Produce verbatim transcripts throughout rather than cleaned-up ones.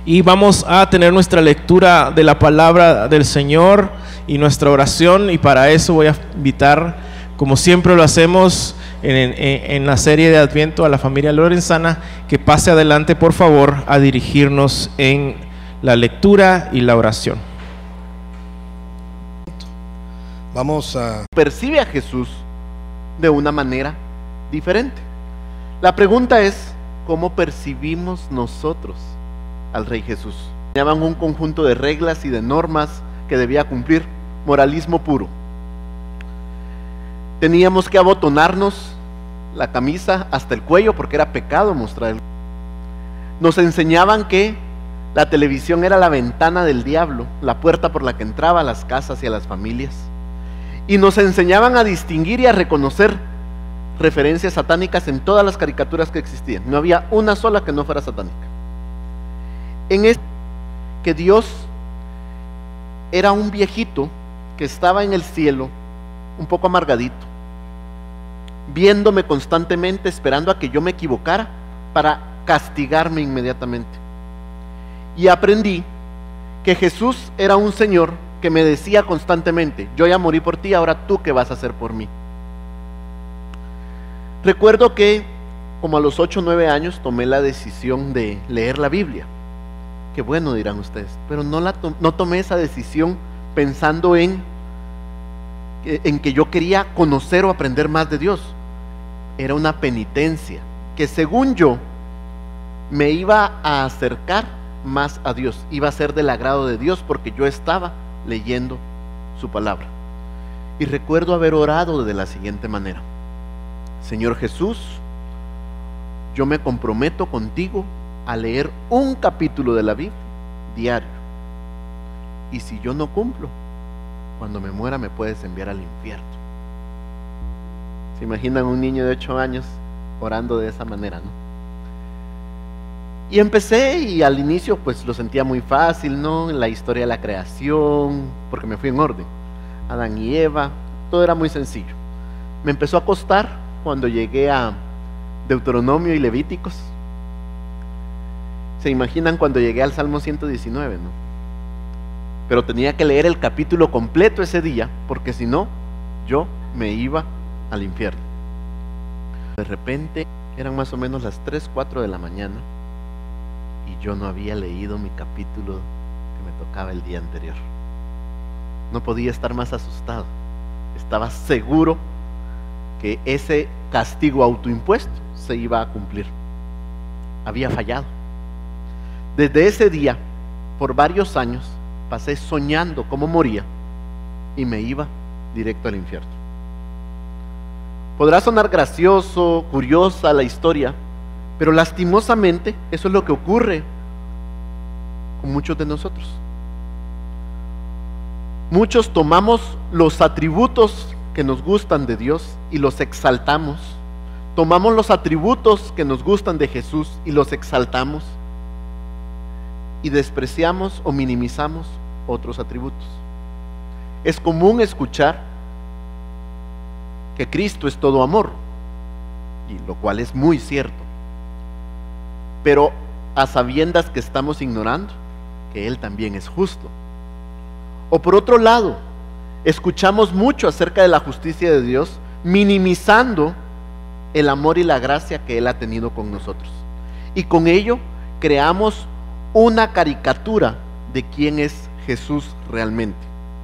y vamos a tener nuestra lectura de la palabra del Señor y nuestra oración, y para eso voy a invitar, como siempre lo hacemos en, en, en la serie de Adviento, a la familia Lorenzana que pase adelante por favor a dirigirnos en la lectura y la oración. Vamos a... Percibe a Jesús de una manera diferente. La pregunta es, ¿cómo percibimos nosotros al Rey Jesús? Llaman un conjunto de reglas y de normas que debía cumplir, moralismo puro. Teníamos que abotonarnos la camisa hasta el cuello porque era pecado mostrar el... Nos enseñaban que la televisión era la ventana del diablo, la puerta por la que entraba a las casas y a las familias. Y nos enseñaban a distinguir y a reconocer referencias satánicas en todas las caricaturas que existían. No había una sola que no fuera satánica. En este, que Dios era un viejito que estaba en el cielo, un poco amargadito, viéndome constantemente, esperando a que yo me equivocara para castigarme inmediatamente. Y aprendí que Jesús era un Señor que me decía constantemente: yo ya morí por ti, ahora tú qué vas a hacer por mí. Recuerdo que como a los ocho o nueve años tomé la decisión de leer la Biblia. Qué bueno, dirán ustedes, pero no, la to no tomé esa decisión pensando en, en que yo quería conocer o aprender más de Dios. Era una penitencia que, según yo, me iba a acercar más a Dios, iba a ser del agrado de Dios porque yo estaba leyendo su palabra. Y recuerdo haber orado de la siguiente manera: Señor Jesús, yo me comprometo contigo a leer un capítulo de la Biblia diario, y si yo no cumplo, cuando me muera me puedes enviar al infierno. ¿Se imaginan un niño de ocho años orando de esa manera, no? Y empecé, y al inicio pues lo sentía muy fácil, ¿no? La historia de la creación, porque me fui en orden. Adán y Eva, todo era muy sencillo. Me empezó a costar cuando llegué a Deuteronomio y Levíticos. Se imaginan cuando llegué al Salmo ciento diecinueve, ¿no? Pero tenía que leer el capítulo completo ese día, porque si no, yo me iba al infierno. De repente eran más o menos las tres, cuatro de la mañana, y yo no había leído mi capítulo que me tocaba el día anterior. No podía estar más asustado. Estaba seguro que ese castigo autoimpuesto se iba a cumplir. Había fallado. Desde ese día, por varios años, pasé soñando cómo moría y me iba directo al infierno. Podrá sonar gracioso, curiosa la historia, pero lastimosamente eso es lo que ocurre con muchos de nosotros. Muchos tomamos los atributos que nos gustan de Dios y los exaltamos. Tomamos los atributos que nos gustan de Jesús y los exaltamos, y despreciamos o minimizamos otros atributos. Es común escuchar que Cristo es todo amor, y lo cual es muy cierto, pero a sabiendas que estamos ignorando que Él también es justo. O por otro lado, escuchamos mucho acerca de la justicia de Dios, minimizando el amor y la gracia que Él ha tenido con nosotros, y con ello creamos una caricatura de quién es Jesús realmente.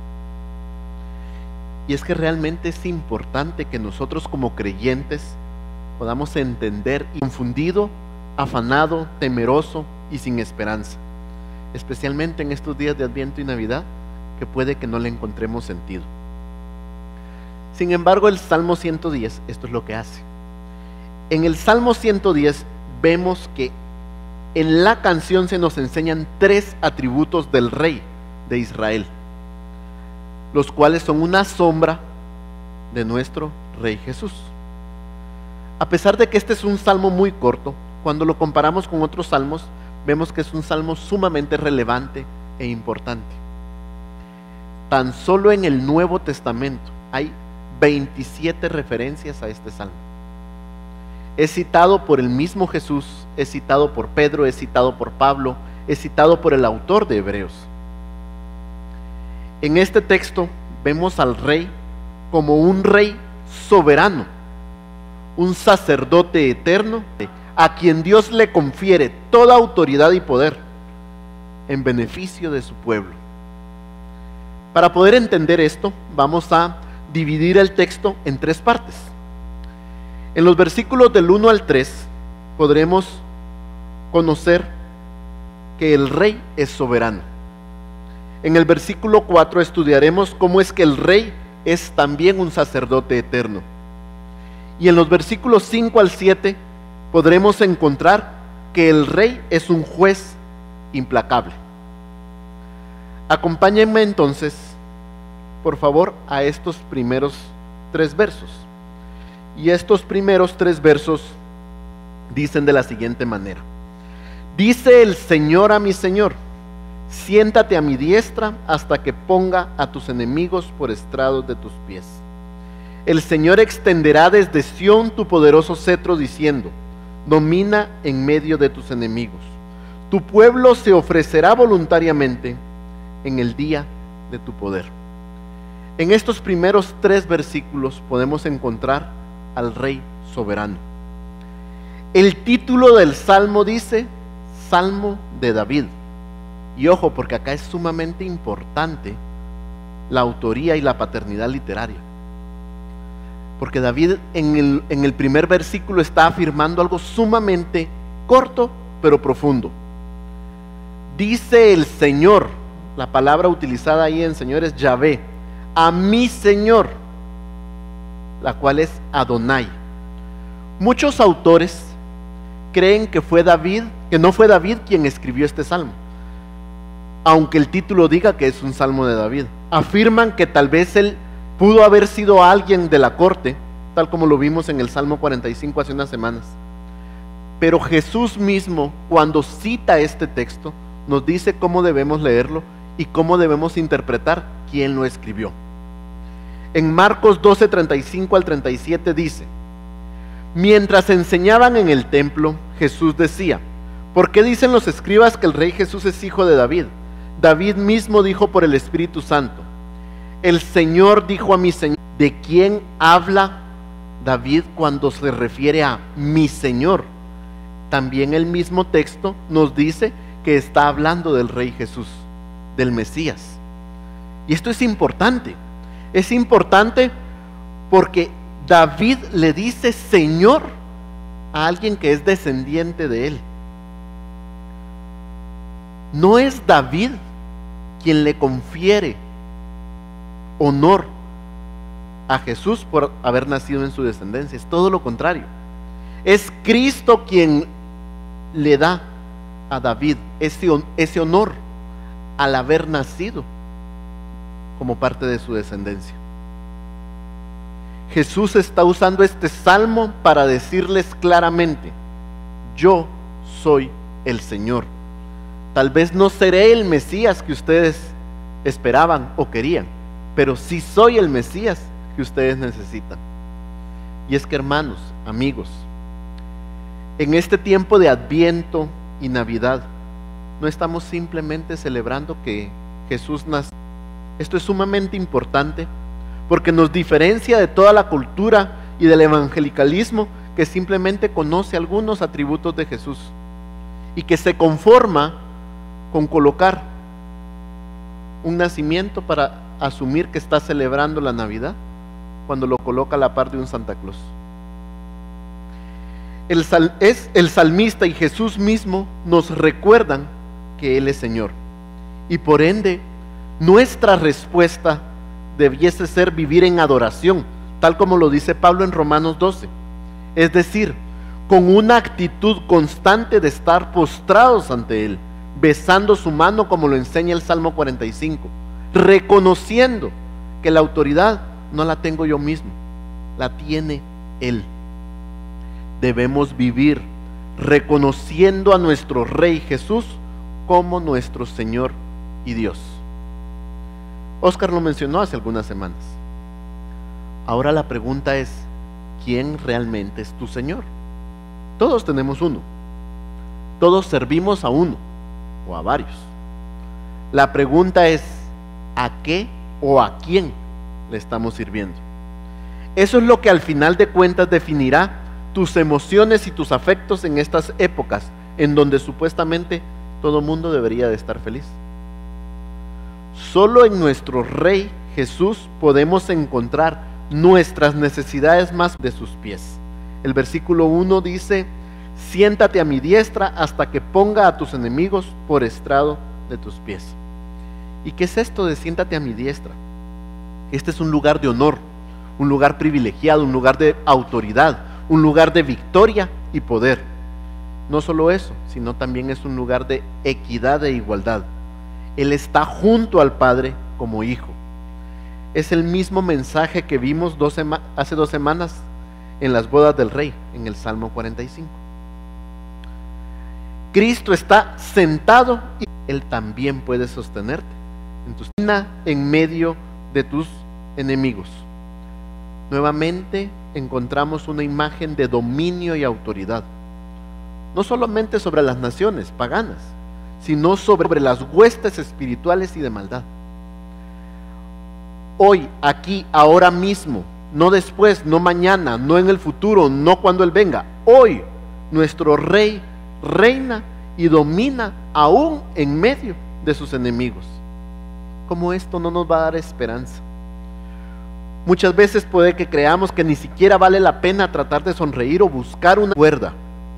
Y es que realmente es importante que nosotros como creyentes podamos entender, confundido, afanado, temeroso y sin esperanza, especialmente en estos días de Adviento y Navidad, que puede que no le encontremos sentido. Sin embargo, el Salmo ciento diez, esto es lo que hace. En el Salmo ciento diez vemos que en la canción se nos enseñan tres atributos del Rey de Israel, los cuales son una sombra de nuestro Rey Jesús. A pesar de que este es un salmo muy corto, cuando lo comparamos con otros salmos, vemos que es un salmo sumamente relevante e importante. Tan solo en el Nuevo Testamento hay veintisiete referencias a este salmo. Es citado por el mismo Jesús, es citado por Pedro, es citado por Pablo, es citado por el autor de Hebreos. En este texto vemos al rey como un rey soberano, un sacerdote eterno, a quien Dios le confiere toda autoridad y poder en beneficio de su pueblo. Para poder entender esto, vamos a dividir el texto en tres partes. En los versículos del uno al tres podremos conocer que el rey es soberano. En el versículo cuatro estudiaremos cómo es que el rey es también un sacerdote eterno. Y en los versículos cinco al siete podremos encontrar que el rey es un juez implacable. Acompáñenme entonces, por favor, a estos primeros tres versos. Y estos primeros tres versos dicen de la siguiente manera: dice el Señor a mi Señor, siéntate a mi diestra hasta que ponga a tus enemigos por estrados de tus pies. El Señor extenderá desde Sión tu poderoso cetro diciendo, domina en medio de tus enemigos. Tu pueblo se ofrecerá voluntariamente en el día de tu poder. En estos primeros tres versículos podemos encontrar al Rey soberano. El título del Salmo dice, Salmo de David. Y ojo, porque acá es sumamente importante la autoría y la paternidad literaria. Porque David en el, en el primer versículo está afirmando algo sumamente corto, pero profundo. Dice el Señor, la palabra utilizada ahí en Señor es Yahvé, a mi Señor, la cual es Adonai. Muchos autores creen que fue David, que no fue David quien escribió este salmo, aunque el título diga que es un salmo de David. Afirman que tal vez él pudo haber sido alguien de la corte, tal como lo vimos en el Salmo cuarenta y cinco hace unas semanas. Pero Jesús mismo, cuando cita este texto, nos dice cómo debemos leerlo y cómo debemos interpretar quién lo escribió. En Marcos doce, treinta y cinco al treinta y siete dice, mientras enseñaban en el templo, Jesús decía, ¿por qué dicen los escribas que el rey Jesús es hijo de David? David mismo dijo por el Espíritu Santo, el Señor dijo a mi Señor. ¿De quién habla David cuando se refiere a mi Señor? También el mismo texto nos dice que está hablando del Rey Jesús, del Mesías. Y esto es importante. Es importante porque David le dice Señor a alguien que es descendiente de él. No es David quien le confiere honor a Jesús por haber nacido en su descendencia, es todo lo contrario. Es Cristo quien le da a David ese, ese honor al haber nacido como parte de su descendencia. Jesús está usando este salmo para decirles claramente, yo soy el Señor. Tal vez no seré el Mesías que ustedes esperaban o querían, pero sí soy el Mesías que ustedes necesitan. Y es que, hermanos, amigos, en este tiempo de Adviento y Navidad, no estamos simplemente celebrando que Jesús nació. Esto es sumamente importante porque nos diferencia de toda la cultura y del evangelicalismo que simplemente conoce algunos atributos de Jesús y que se conforma con colocar un nacimiento para asumir que está celebrando la Navidad cuando lo coloca a la par de un Santa Claus. El sal, es el salmista y Jesús mismo nos recuerdan que Él es Señor, y por ende nuestra respuesta debiese ser vivir en adoración, tal como lo dice Pablo en Romanos doce, es decir, con una actitud constante de estar postrados ante Él, besando su mano como lo enseña el Salmo cuarenta y cinco, reconociendo que la autoridad no la tengo yo mismo, la tiene Él. Debemos vivir reconociendo a nuestro Rey Jesús como nuestro Señor y Dios. Oscar lo mencionó hace algunas semanas. Ahora la pregunta es, ¿quién realmente es tu Señor? Todos tenemos uno, todos servimos a uno, o a varios. La pregunta es, ¿a qué o a quién le estamos sirviendo? Eso es lo que al final de cuentas definirá tus emociones y tus afectos en estas épocas en donde supuestamente todo mundo debería de estar feliz. Solo en nuestro Rey Jesús podemos encontrar nuestras necesidades más de sus pies. El versículo uno dice: siéntate a mi diestra hasta que ponga a tus enemigos por estrado de tus pies. ¿Y qué es esto de siéntate a mi diestra? Este es un lugar de honor, un lugar privilegiado, un lugar de autoridad, un lugar de victoria y poder. No solo eso, sino también es un lugar de equidad e igualdad. Él está junto al Padre como hijo. Es el mismo mensaje que vimos dos sema- hace dos semanas en las bodas del Rey, en el Salmo cuarenta y cinco. Cristo está sentado y Él también puede sostenerte en tu esquina, en medio de tus enemigos. Nuevamente encontramos una imagen de dominio y autoridad, no solamente sobre las naciones paganas, sino sobre las huestes espirituales y de maldad. Hoy, aquí, ahora mismo, no después, no mañana, no en el futuro, no cuando Él venga. Hoy, nuestro Rey reina y domina aún en medio de sus enemigos. ¿Cómo esto no nos va a dar esperanza? Muchas veces puede que creamos que ni siquiera vale la pena tratar de sonreír o buscar una cuerda.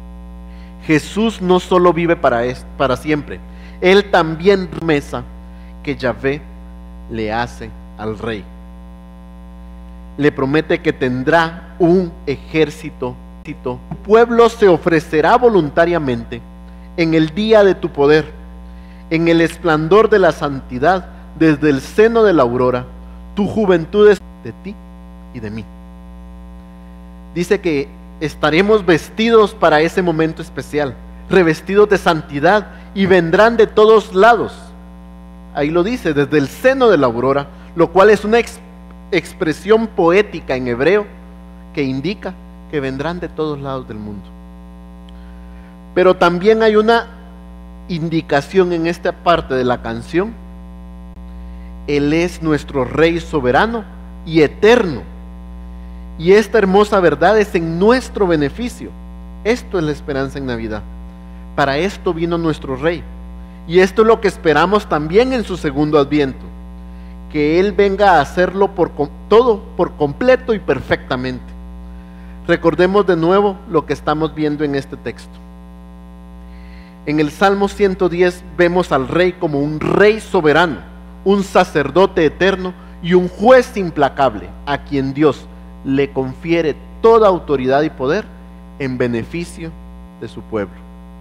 Jesús no solo vive para, es, para siempre, Él también promesa que Yahvé le hace al Rey. Le promete que tendrá un ejército. Tu pueblo se ofrecerá voluntariamente en el día de tu poder, en el esplendor de la santidad, desde el seno de la aurora. Tu juventud es de ti y de mí. Dice que estaremos vestidos para ese momento especial, revestidos de santidad, y vendrán de todos lados. Ahí lo dice, desde el seno de la aurora, lo cual es una ex, expresión poética en hebreo que indica que vendrán de todos lados del mundo. Pero también hay una indicación en esta parte de la canción: Él es nuestro Rey soberano y eterno, y esta hermosa verdad es en nuestro beneficio. Esto es la esperanza en Navidad. Para esto vino nuestro Rey, y esto es lo que esperamos también en su segundo adviento, que Él venga a hacerlo por todo, por completo y perfectamente. Recordemos de nuevo lo que estamos viendo en este texto. En el Salmo ciento diez vemos al Rey como un Rey soberano, un sacerdote eterno y un juez implacable, a quien Dios le confiere toda autoridad y poder en beneficio de su pueblo.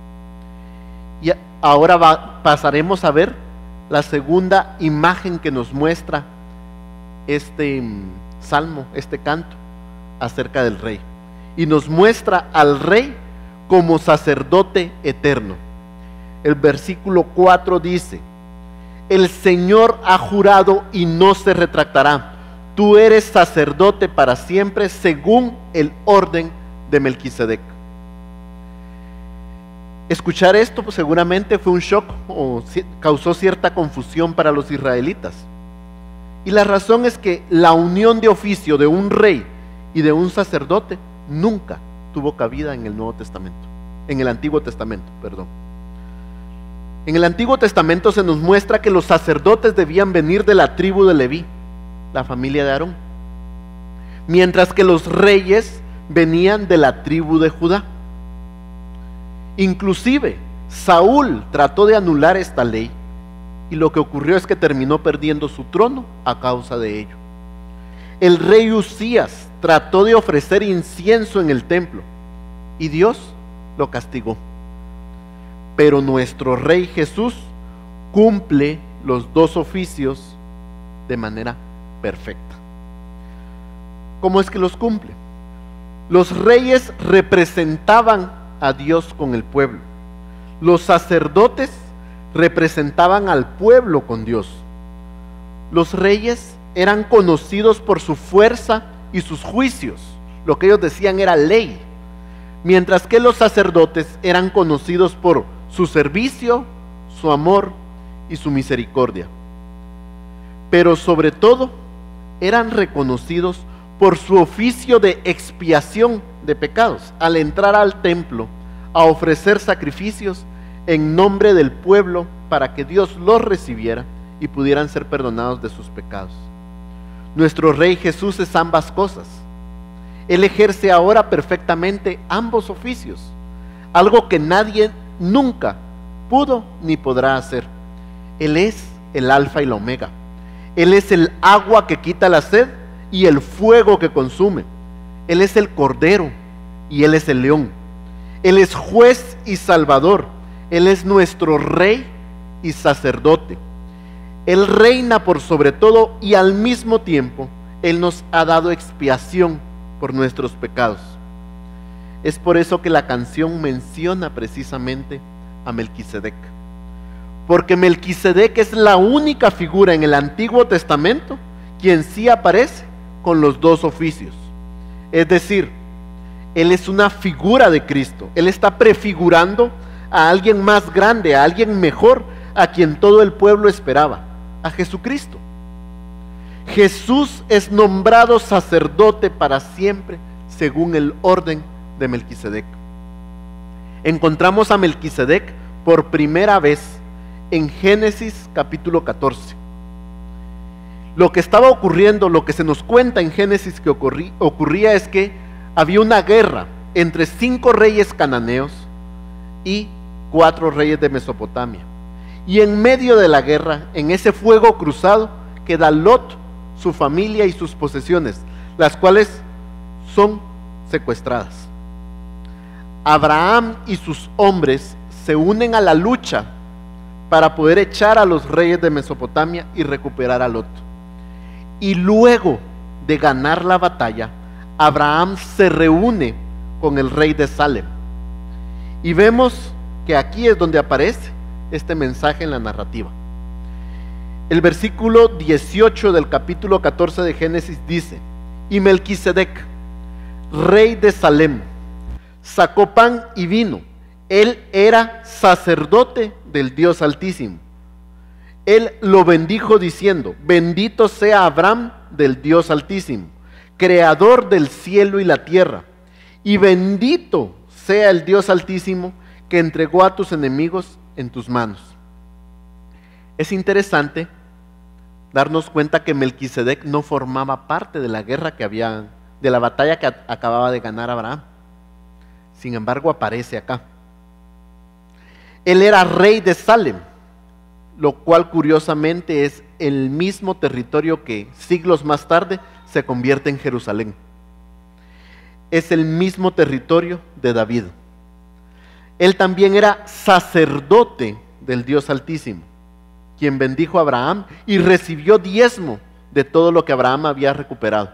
Y ahora va, pasaremos a ver la segunda imagen que nos muestra este um, salmo, este canto acerca del Rey, y nos muestra al Rey como sacerdote eterno. El versículo cuatro dice: el Señor ha jurado y no se retractará. Tú eres sacerdote para siempre según el orden de Melquisedec. Escuchar esto pues, seguramente fue un shock o causó cierta confusión para los israelitas. Y la razón es que la unión de oficio de un rey y de un sacerdote nunca tuvo cabida en el Nuevo Testamento, en el Antiguo Testamento, perdón. En el Antiguo Testamento se nos muestra que los sacerdotes debían venir de la tribu de Leví, la familia de Aarón, mientras que los reyes venían de la tribu de Judá. Inclusive Saúl trató de anular esta ley, y lo que ocurrió es que terminó perdiendo su trono a causa de ello. El rey Usías trató de ofrecer incienso en el templo, y Dios lo castigó. Pero nuestro Rey Jesús cumple los dos oficios de manera perfecta. ¿Cómo es que los cumple? Los reyes representaban a Dios con el pueblo. Los sacerdotes representaban al pueblo con Dios. Los reyes eran conocidos por su fuerza y sus juicios. Lo que ellos decían era ley. Mientras que los sacerdotes eran conocidos por su servicio, su amor y su misericordia. Pero sobre todo, eran reconocidos por su oficio de expiación de pecados, al entrar al templo a ofrecer sacrificios en nombre del pueblo para que Dios los recibiera y pudieran ser perdonados de sus pecados. Nuestro Rey Jesús es ambas cosas. Él ejerce ahora perfectamente ambos oficios, algo que nadie nunca pudo ni podrá hacer. Él es el alfa y la omega. Él es el agua que quita la sed y el fuego que consume. Él es el cordero y Él es el león. Él es juez y salvador. Él es nuestro rey y sacerdote. Él reina por sobre todo y al mismo tiempo Él nos ha dado expiación por nuestros pecados. Es por eso que la canción menciona precisamente a Melquisedec, porque Melquisedec es la única figura en el Antiguo Testamento quien sí aparece con los dos oficios. Es decir, Él es una figura de Cristo. Él está prefigurando a alguien más grande, a alguien mejor, a quien todo el pueblo esperaba, a Jesucristo. Jesús es nombrado sacerdote para siempre según el orden de Melquisedec. Encontramos a Melquisedec por primera vez en Génesis capítulo catorce. Lo que estaba ocurriendo, lo que se nos cuenta en Génesis que ocurrí, ocurría es que había una guerra entre cinco reyes cananeos y cuatro reyes de Mesopotamia. Y en medio de la guerra, en ese fuego cruzado, queda Lot, su familia y sus posesiones, las cuales son secuestradas. Abraham y sus hombres se unen a la lucha para poder echar a los reyes de Mesopotamia y recuperar a Lot. Y luego de ganar la batalla, Abraham se reúne con el rey de Salem. Y vemos que aquí es donde aparece este mensaje en la narrativa. El versículo dieciocho del capítulo catorce de Génesis dice: y Melquisedec, rey de Salem, sacó pan y vino. Él era sacerdote del Dios Altísimo. Él lo bendijo diciendo: bendito sea Abraham del Dios Altísimo, creador del cielo y la tierra, y bendito sea el Dios Altísimo que entregó a tus enemigos en tus manos. Es interesante darnos cuenta que Melquisedec no formaba parte de la guerra que había, de la batalla que a- acababa de ganar Abraham. Sin embargo, aparece acá. Él era rey de Salem, lo cual curiosamente es el mismo territorio que siglos más tarde se convierte en Jerusalén. Es el mismo territorio de David. Él también era sacerdote del Dios Altísimo, quien bendijo a Abraham y recibió diezmo de todo lo que Abraham había recuperado.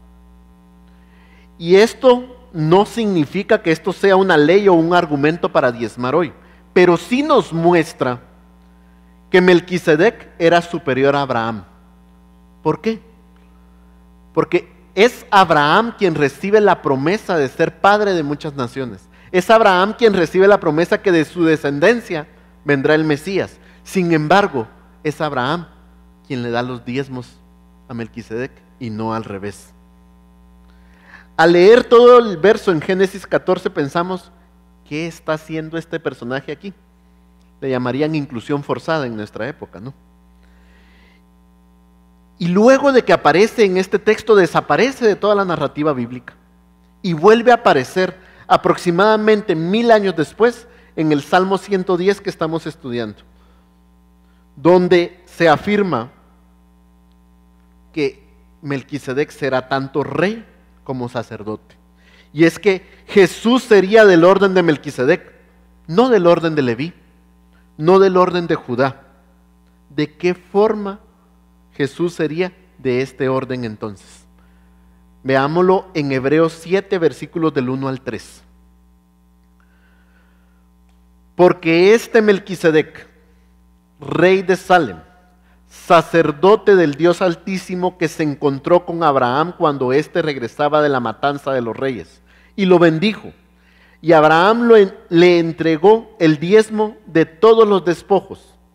Y esto no significa que esto sea una ley o un argumento para diezmar hoy, pero sí nos muestra que Melquisedec era superior a Abraham. ¿Por qué? Porque es Abraham quien recibe la promesa de ser padre de muchas naciones. Es Abraham quien recibe la promesa que de su descendencia vendrá el Mesías. Sin embargo, es Abraham quien le da los diezmos a Melquisedec y no al revés. Al leer todo el verso en Génesis catorce pensamos: ¿qué está haciendo este personaje aquí? Le llamarían inclusión forzada en nuestra época, ¿no? Y luego de que aparece en este texto, desaparece de toda la narrativa bíblica y vuelve a aparecer aproximadamente mil años después en el Salmo ciento diez que estamos estudiando, donde se afirma que Melquisedec será tanto rey como sacerdote. Y es que Jesús sería del orden de Melquisedec, no del orden de Leví, no del orden de Judá. ¿De qué forma Jesús sería de este orden entonces? Veámoslo en Hebreos siete, versículos del uno al tres. Porque este Melquisedec, rey de Salem, sacerdote del Dios Altísimo, que se encontró con Abraham cuando éste regresaba de la matanza de los reyes, y lo bendijo, y Abraham lo en, le entregó el diezmo de todos los despojos.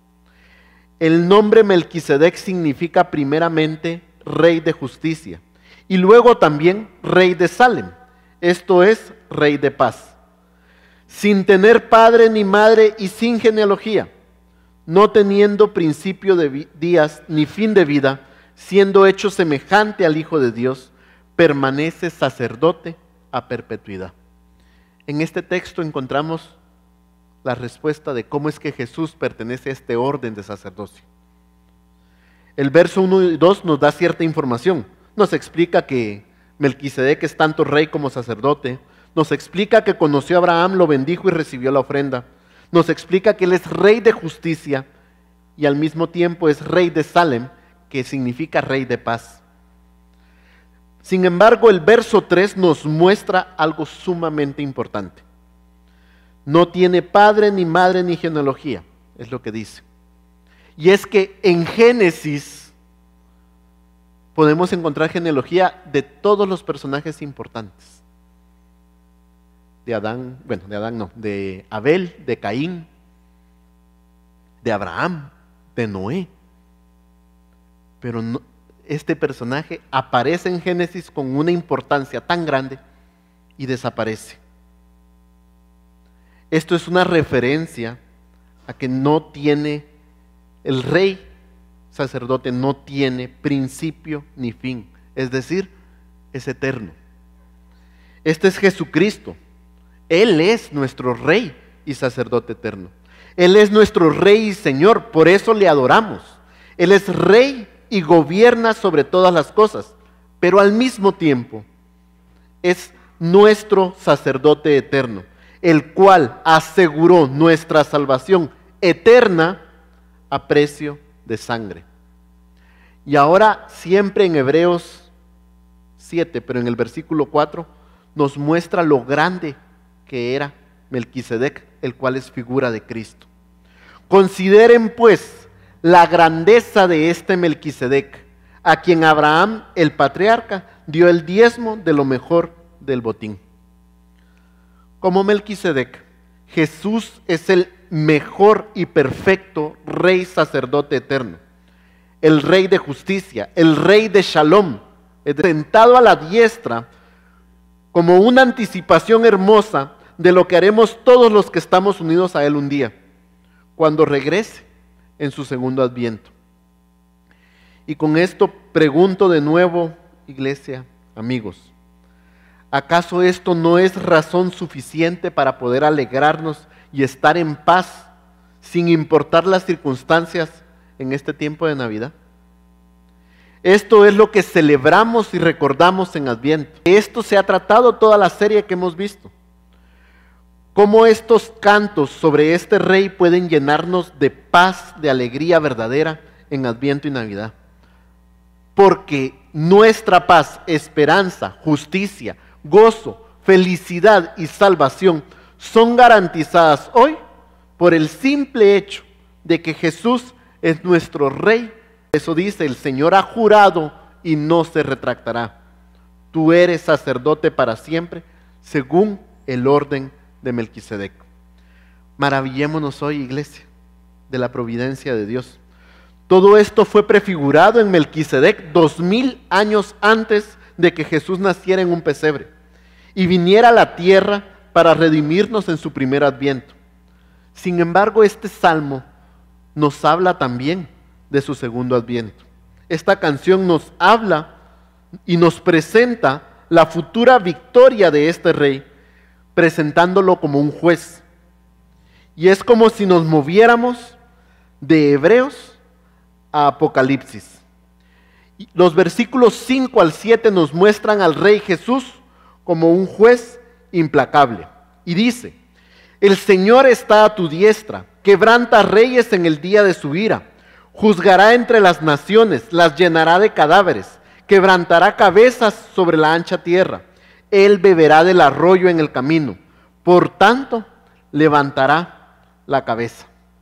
el nombre Melquisedec significa primeramente rey de justicia y luego también rey de Salem, esto es, rey de paz. Sin tener padre ni madre y sin genealogía, no teniendo principio de días ni fin de vida, siendo hecho semejante al Hijo de Dios, permanece sacerdote a perpetuidad. En este texto encontramos la respuesta de cómo es que Jesús pertenece a este orden de sacerdocio. El verso uno y dos nos da cierta información. Nos explica que Melquisedec es tanto rey como sacerdote. Nos explica que conoció a Abraham, lo bendijo y recibió la ofrenda. Nos explica que él es rey de justicia y al mismo tiempo es rey de Salem, que significa rey de paz. Sin embargo, el verso tres nos muestra algo sumamente importante. No tiene padre, ni madre, ni genealogía, es lo que dice. Y es que en Génesis podemos encontrar genealogía de todos los personajes importantes. De Adán, bueno, de Adán no, de Abel, de Caín, de Abraham, de Noé. Pero no, este personaje aparece en Génesis con una importancia tan grande y desaparece. Esto es una referencia a que no tiene, el rey sacerdote no tiene principio ni fin, es decir, es eterno. Este es Jesucristo. Él es nuestro rey y sacerdote eterno. Él es nuestro rey y Señor, por eso le adoramos. Él es rey y gobierna sobre todas las cosas, pero al mismo tiempo es nuestro sacerdote eterno, el cual aseguró nuestra salvación eterna a precio de sangre. Y ahora siempre en Hebreos siete, pero en el versículo cuatro, nos muestra lo grande que era Melquisedec, el cual es figura de Cristo. Consideren pues la grandeza de este Melquisedec, a quien Abraham, el patriarca, dio el diezmo de lo mejor del botín. Como Melquisedec, Jesús es el mejor y perfecto rey sacerdote eterno, el rey de justicia, el rey de Shalom, sentado a la diestra como una anticipación hermosa de lo que haremos todos los que estamos unidos a Él un día, cuando regrese en su segundo adviento. Y con esto pregunto de nuevo, iglesia, amigos, ¿acaso esto no es razón suficiente para poder alegrarnos y estar en paz sin importar las circunstancias en este tiempo de Navidad? Esto es lo que celebramos y recordamos en Adviento. Esto se ha tratado toda la serie que hemos visto. Cómo estos cantos sobre este rey pueden llenarnos de paz, de alegría verdadera en Adviento y Navidad. Porque nuestra paz, esperanza, justicia, gozo, felicidad y salvación son garantizadas hoy por el simple hecho de que Jesús es nuestro rey. Eso dice, el Señor ha jurado y no se retractará. Tú eres sacerdote para siempre, según el orden de Melquisedec. Maravillémonos hoy, iglesia, de la providencia de Dios. Todo esto fue prefigurado en Melquisedec dos mil años antes de que Jesús naciera en un pesebre y viniera a la tierra para redimirnos en su primer adviento. Sin embargo, este salmo nos habla también de su segundo adviento. Esta canción nos habla y nos presenta la futura victoria de este rey, presentándolo como un juez. Y es como si nos moviéramos de Hebreos a Apocalipsis. Los versículos cinco al siete nos muestran al rey Jesús como un juez implacable. Y dice, el Señor está a tu diestra, quebranta reyes en el día de su ira. Juzgará entre las naciones, las llenará de cadáveres, quebrantará cabezas sobre la ancha tierra. Él beberá del arroyo en el camino, por tanto, levantará la cabeza.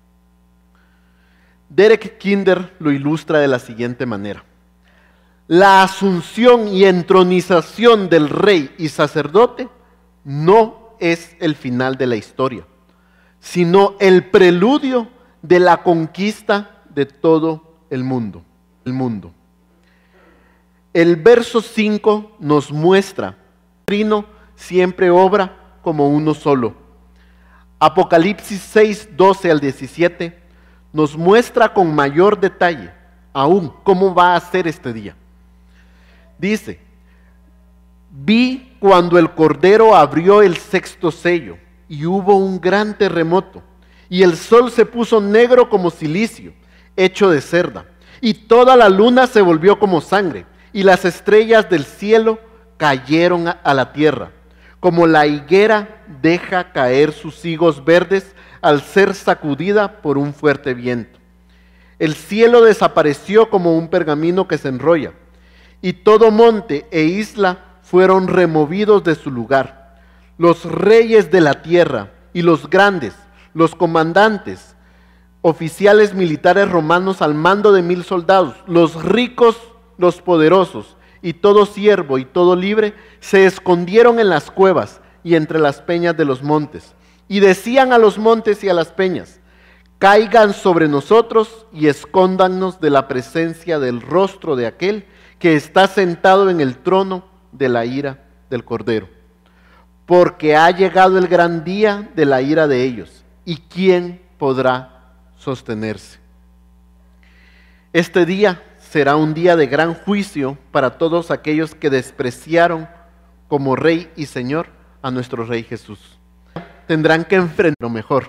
Derek Kinder lo ilustra de la siguiente manera. La asunción y entronización del rey y sacerdote no es el final de la historia, sino el preludio de la conquista de todo el mundo. El mundo. El verso cinco nos muestra que el trino siempre obra como uno solo. Apocalipsis seis, doce al diecisiete nos muestra con mayor detalle aún cómo va a ser este día. Dice: vi cuando el Cordero abrió el sexto sello y hubo un gran terremoto, y el sol se puso negro como cilicio, hecho de cerda, y toda la luna se volvió como sangre, y las estrellas del cielo cayeron a la tierra, como la higuera deja caer sus higos verdes al ser sacudida por un fuerte viento. El cielo desapareció como un pergamino que se enrolla, y todo monte e isla fueron removidos de su lugar. Los reyes de la tierra y los grandes, los comandantes, oficiales militares romanos al mando de mil soldados, los ricos, los poderosos, y todo siervo y todo libre, se escondieron en las cuevas y entre las peñas de los montes, y decían a los montes y a las peñas: caigan sobre nosotros y escóndannos de la presencia del rostro de aquel que está sentado en el trono de la ira del Cordero. Porque ha llegado el gran día de la ira de ellos, ¿y quién podrá sostenerse? Este día será un día de gran juicio para todos aquellos que despreciaron como Rey y Señor a nuestro Rey Jesús. Tendrán que enfrentar lo mejor.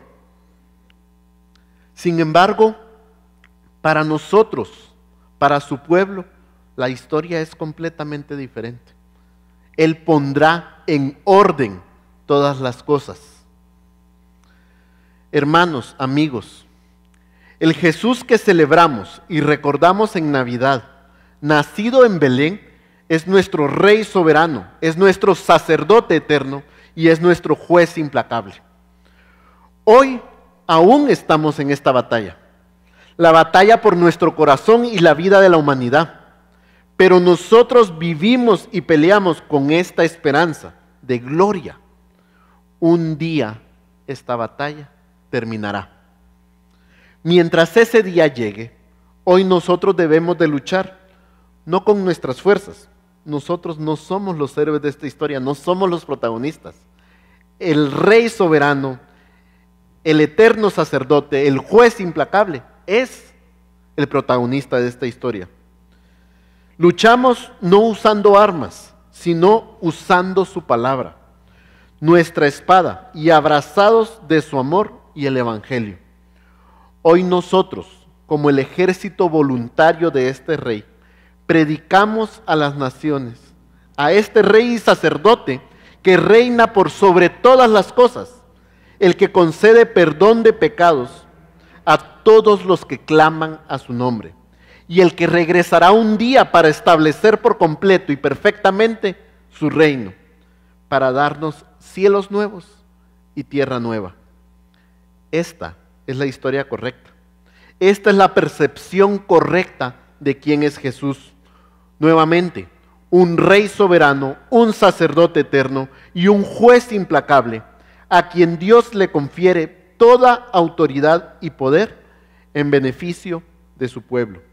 Sin embargo, para nosotros, para su pueblo, la historia es completamente diferente. Él pondrá en orden todas las cosas. Hermanos, amigos, el Jesús que celebramos y recordamos en Navidad, nacido en Belén, es nuestro Rey soberano, es nuestro sacerdote eterno y es nuestro juez implacable. Hoy aún estamos en esta batalla, la batalla por nuestro corazón y la vida de la humanidad. Pero nosotros vivimos y peleamos con esta esperanza de gloria. Un día esta batalla terminará. Mientras ese día llegue, hoy nosotros debemos de luchar, no con nuestras fuerzas. Nosotros no somos los héroes de esta historia, no somos los protagonistas. El Rey soberano, el eterno sacerdote, el juez implacable, es el protagonista de esta historia. Luchamos no usando armas, sino usando su palabra, nuestra espada, y abrazados de su amor y el Evangelio. Hoy nosotros, como el ejército voluntario de este Rey, predicamos a las naciones, a este Rey y sacerdote que reina por sobre todas las cosas, el que concede perdón de pecados a todos los que claman a su nombre, y el que regresará un día para establecer por completo y perfectamente su reino, para darnos cielos nuevos y tierra nueva. Esta es la historia correcta. Esta es la percepción correcta de quién es Jesús. Nuevamente, un Rey soberano, un sacerdote eterno y un juez implacable, a quien Dios le confiere toda autoridad y poder en beneficio de su pueblo.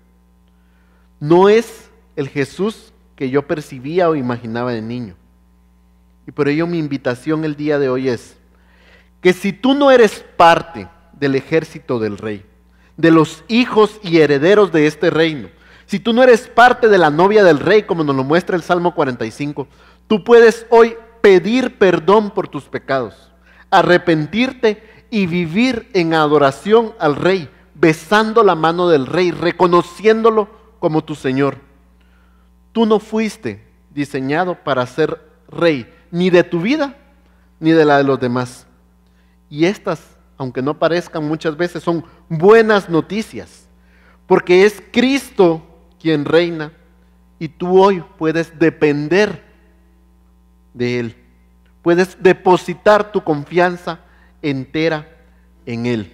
No es el Jesús que yo percibía o imaginaba de niño. Y por ello mi invitación el día de hoy es que si tú no eres parte del ejército del Rey, de los hijos y herederos de este reino, si tú no eres parte de la novia del Rey, como nos lo muestra el Salmo cuarenta y cinco, tú puedes hoy pedir perdón por tus pecados, arrepentirte y vivir en adoración al Rey, besando la mano del Rey, reconociéndolo como tu Señor. Tú no fuiste diseñado para ser rey, ni de tu vida, ni de la de los demás. Y estas, aunque no parezcan muchas veces, son buenas noticias, porque es Cristo quien reina, y tú hoy puedes depender de Él. Puedes depositar tu confianza entera en Él.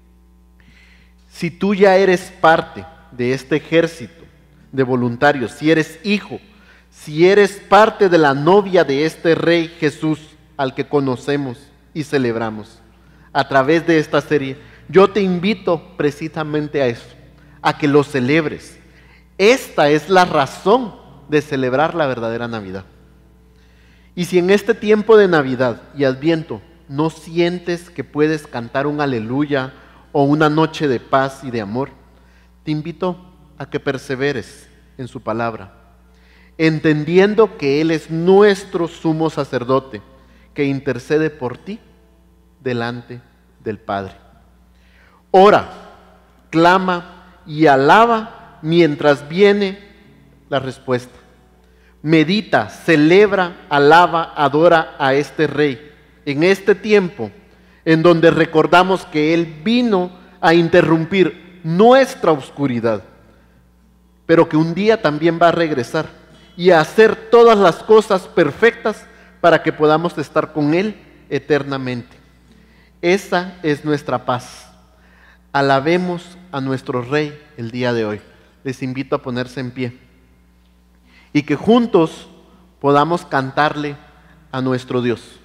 Si tú ya eres parte de este ejército de voluntarios, si eres hijo, si eres parte de la novia de este Rey Jesús al que conocemos y celebramos a través de esta serie, yo te invito precisamente a eso, a que lo celebres. Esta es la razón de celebrar la verdadera Navidad. Y si en este tiempo de Navidad y Adviento no sientes que puedes cantar un aleluya o una noche de paz y de amor, te invito a que perseveres en su palabra, entendiendo que Él es nuestro sumo sacerdote, que intercede por ti delante del Padre. Ora, clama y alaba mientras viene la respuesta. Medita, celebra, alaba, adora a este Rey en este tiempo en donde recordamos que Él vino a interrumpir nuestra oscuridad, pero que un día también va a regresar y a hacer todas las cosas perfectas para que podamos estar con Él eternamente. Esa es nuestra paz. Alabemos a nuestro Rey el día de hoy. Les invito a ponerse en pie y que juntos podamos cantarle a nuestro Dios.